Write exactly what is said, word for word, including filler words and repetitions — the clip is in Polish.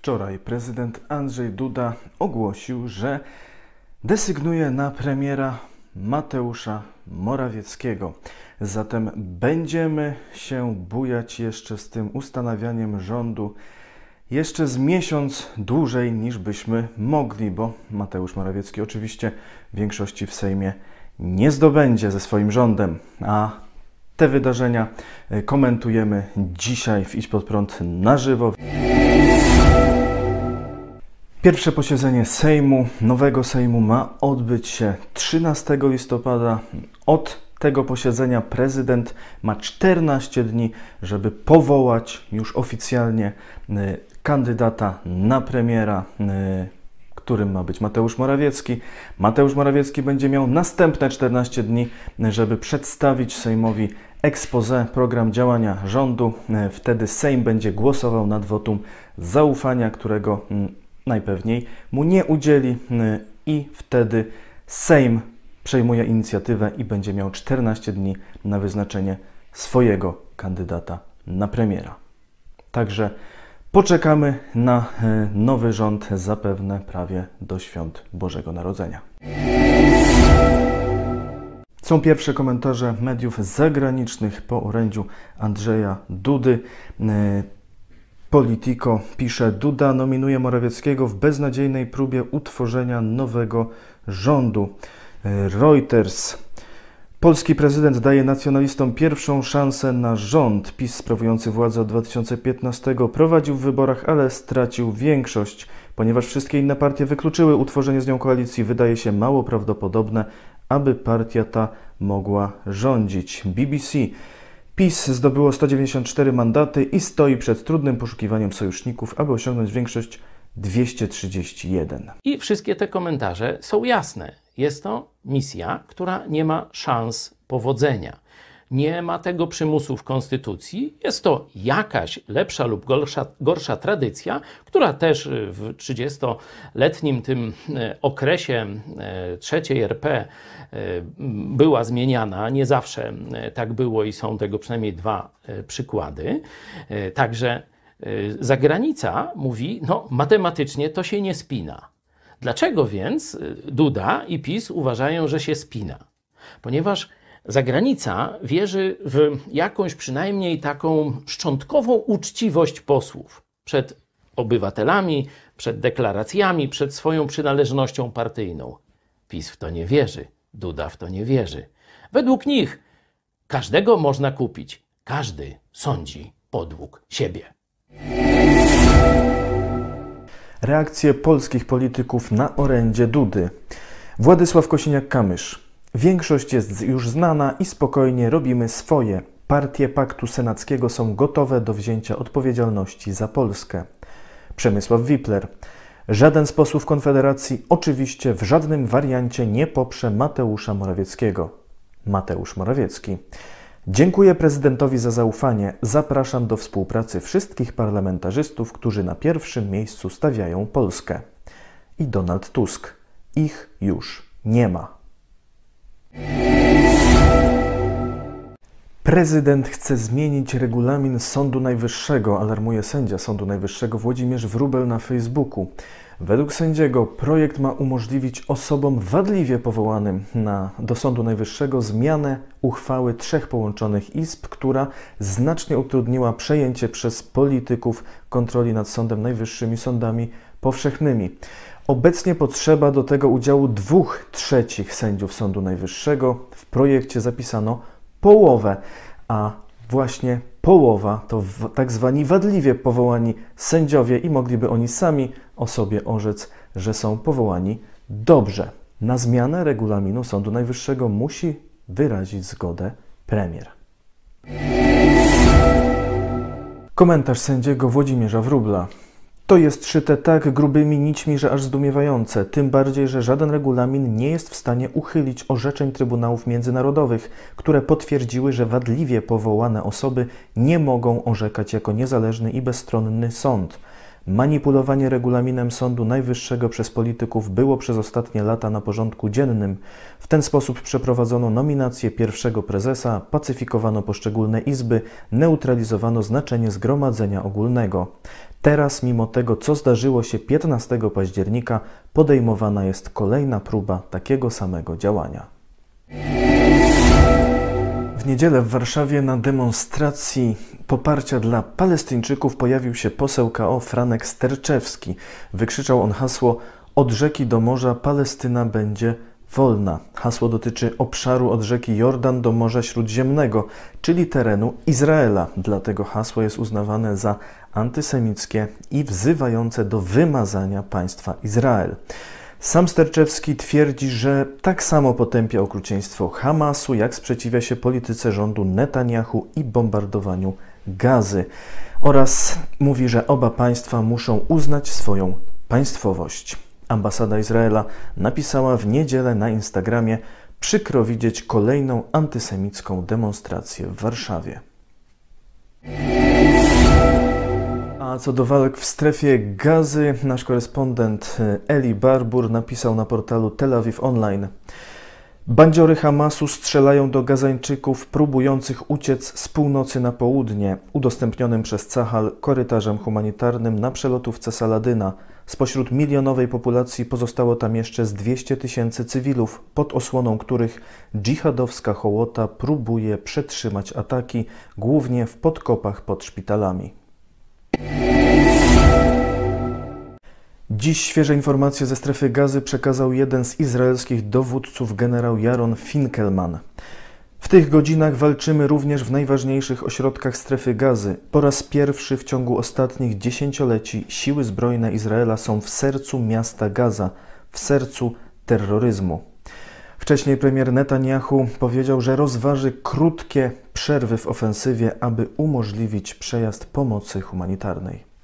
Wczoraj prezydent Andrzej Duda ogłosił, że desygnuje na premiera Mateusza Morawieckiego. Zatem będziemy się bujać jeszcze z tym ustanawianiem rządu jeszcze z miesiąc dłużej niż byśmy mogli, bo Mateusz Morawiecki oczywiście większości w Sejmie nie zdobędzie ze swoim rządem, a te wydarzenia komentujemy dzisiaj w Idź Pod Prąd na żywo. Pierwsze posiedzenie Sejmu, nowego Sejmu ma odbyć się trzynastego listopada. Od tego posiedzenia prezydent ma czternaście dni, żeby powołać już oficjalnie kandydata na premiera, którym ma być Mateusz Morawiecki. Mateusz Morawiecki będzie miał następne czternaście dni, żeby przedstawić Sejmowi exposé, program działania rządu. Wtedy Sejm będzie głosował nad wotum zaufania, którego najpewniej mu nie udzieli, i wtedy Sejm przejmuje inicjatywę i będzie miał czternaście dni na wyznaczenie swojego kandydata na premiera. Także poczekamy na nowy rząd zapewne prawie do świąt Bożego Narodzenia. Są pierwsze komentarze mediów zagranicznych po orędziu Andrzeja Dudy. Politico pisze: Duda nominuje Morawieckiego w beznadziejnej próbie utworzenia nowego rządu. Reuters: polski prezydent daje nacjonalistom pierwszą szansę na rząd. PiS sprawujący władzę od dwa tysiące piętnastego prowadził w wyborach, ale stracił większość. Ponieważ wszystkie inne partie wykluczyły utworzenie z nią koalicji, wydaje się mało prawdopodobne, aby partia ta mogła rządzić. B B C: PiS zdobyło sto dziewięćdziesiąt cztery mandaty i stoi przed trudnym poszukiwaniem sojuszników, aby osiągnąć większość dwieście trzydzieści jeden. I wszystkie te komentarze są jasne. Jest to misja, która nie ma szans powodzenia. Nie ma tego przymusu w konstytucji. Jest to jakaś lepsza lub gorsza, gorsza tradycja, która też w trzydziestoletnim tym okresie trzeciej R P była zmieniana. Nie zawsze tak było i są tego przynajmniej dwa przykłady. Także zagranica mówi, no matematycznie to się nie spina. Dlaczego więc Duda i PiS uważają, że się spina? Ponieważ zagranica wierzy w jakąś przynajmniej taką szczątkową uczciwość posłów przed obywatelami, przed deklaracjami, przed swoją przynależnością partyjną. PiS w to nie wierzy, Duda w to nie wierzy. Według nich każdego można kupić, każdy sądzi podług siebie. Reakcje polskich polityków na orędzie Dudy. Władysław Kosiniak-Kamysz: większość jest już znana i spokojnie robimy swoje. Partie Paktu Senackiego są gotowe do wzięcia odpowiedzialności za Polskę. Przemysław Wipler: żaden z posłów Konfederacji oczywiście w żadnym wariancie nie poprze Mateusza Morawieckiego. Mateusz Morawiecki: dziękuję prezydentowi za zaufanie. Zapraszam do współpracy wszystkich parlamentarzystów, którzy na pierwszym miejscu stawiają Polskę. I Donald Tusk: ich już nie ma. Prezydent chce zmienić regulamin Sądu Najwyższego, alarmuje sędzia Sądu Najwyższego Włodzimierz Wróbel na Facebooku. Według sędziego projekt ma umożliwić osobom wadliwie powołanym na, do Sądu Najwyższego zmianę uchwały trzech połączonych izb, która znacznie utrudniła przejęcie przez polityków kontroli nad Sądem Najwyższym i sądami powszechnymi. Obecnie potrzeba do tego udziału dwóch trzecich sędziów Sądu Najwyższego. W projekcie zapisano połowę, a właśnie połowa to tak zwani wadliwie powołani sędziowie i mogliby oni sami o sobie orzec, że są powołani dobrze. Na zmianę regulaminu Sądu Najwyższego musi wyrazić zgodę premier. Komentarz sędziego Włodzimierza Wróbla. To jest szyte tak grubymi nićmi, że aż zdumiewające, tym bardziej, że żaden regulamin nie jest w stanie uchylić orzeczeń trybunałów międzynarodowych, które potwierdziły, że wadliwie powołane osoby nie mogą orzekać jako niezależny i bezstronny sąd. Manipulowanie regulaminem Sądu Najwyższego przez polityków było przez ostatnie lata na porządku dziennym. W ten sposób przeprowadzono nominację pierwszego prezesa, pacyfikowano poszczególne izby, neutralizowano znaczenie Zgromadzenia Ogólnego. Teraz, mimo tego, co zdarzyło się piętnastego października, podejmowana jest kolejna próba takiego samego działania. W niedzielę w Warszawie na demonstracji poparcia dla Palestyńczyków pojawił się poseł K O Franek Sterczewski. Wykrzyczał on hasło „Od rzeki do morza Palestyna będzie wolna”. Hasło dotyczy obszaru od rzeki Jordan do Morza Śródziemnego, czyli terenu Izraela. Dlatego hasło jest uznawane za antysemickie i wzywające do wymazania państwa Izrael. Sam Sterczewski twierdzi, że tak samo potępia okrucieństwo Hamasu, jak sprzeciwia się polityce rządu Netanjahu i bombardowaniu Gazy. Oraz mówi, że oba państwa muszą uznać swoją państwowość. Ambasada Izraela napisała w niedzielę na Instagramie: przykro widzieć kolejną antysemicką demonstrację w Warszawie. A co do walk w strefie Gazy, nasz korespondent Eli Barbour napisał na portalu Tel Aviv Online: bandziory Hamasu strzelają do Gazańczyków próbujących uciec z północy na południe, udostępnionym przez Cahal korytarzem humanitarnym na przelotówce Saladyna. Spośród milionowej populacji pozostało tam jeszcze z dwieście tysięcy cywilów, pod osłoną których dżihadowska hołota próbuje przetrzymać ataki, głównie w podkopach pod szpitalami. Dziś świeże informacje ze strefy Gazy przekazał jeden z izraelskich dowódców, generał Jaron Finkelman. W tych godzinach walczymy również w najważniejszych ośrodkach strefy Gazy. Po raz pierwszy w ciągu ostatnich dziesięcioleci siły zbrojne Izraela są w sercu miasta Gaza, w sercu terroryzmu. Wcześniej premier Netanjahu powiedział, że rozważy krótkie przerwy w ofensywie, aby umożliwić przejazd pomocy humanitarnej.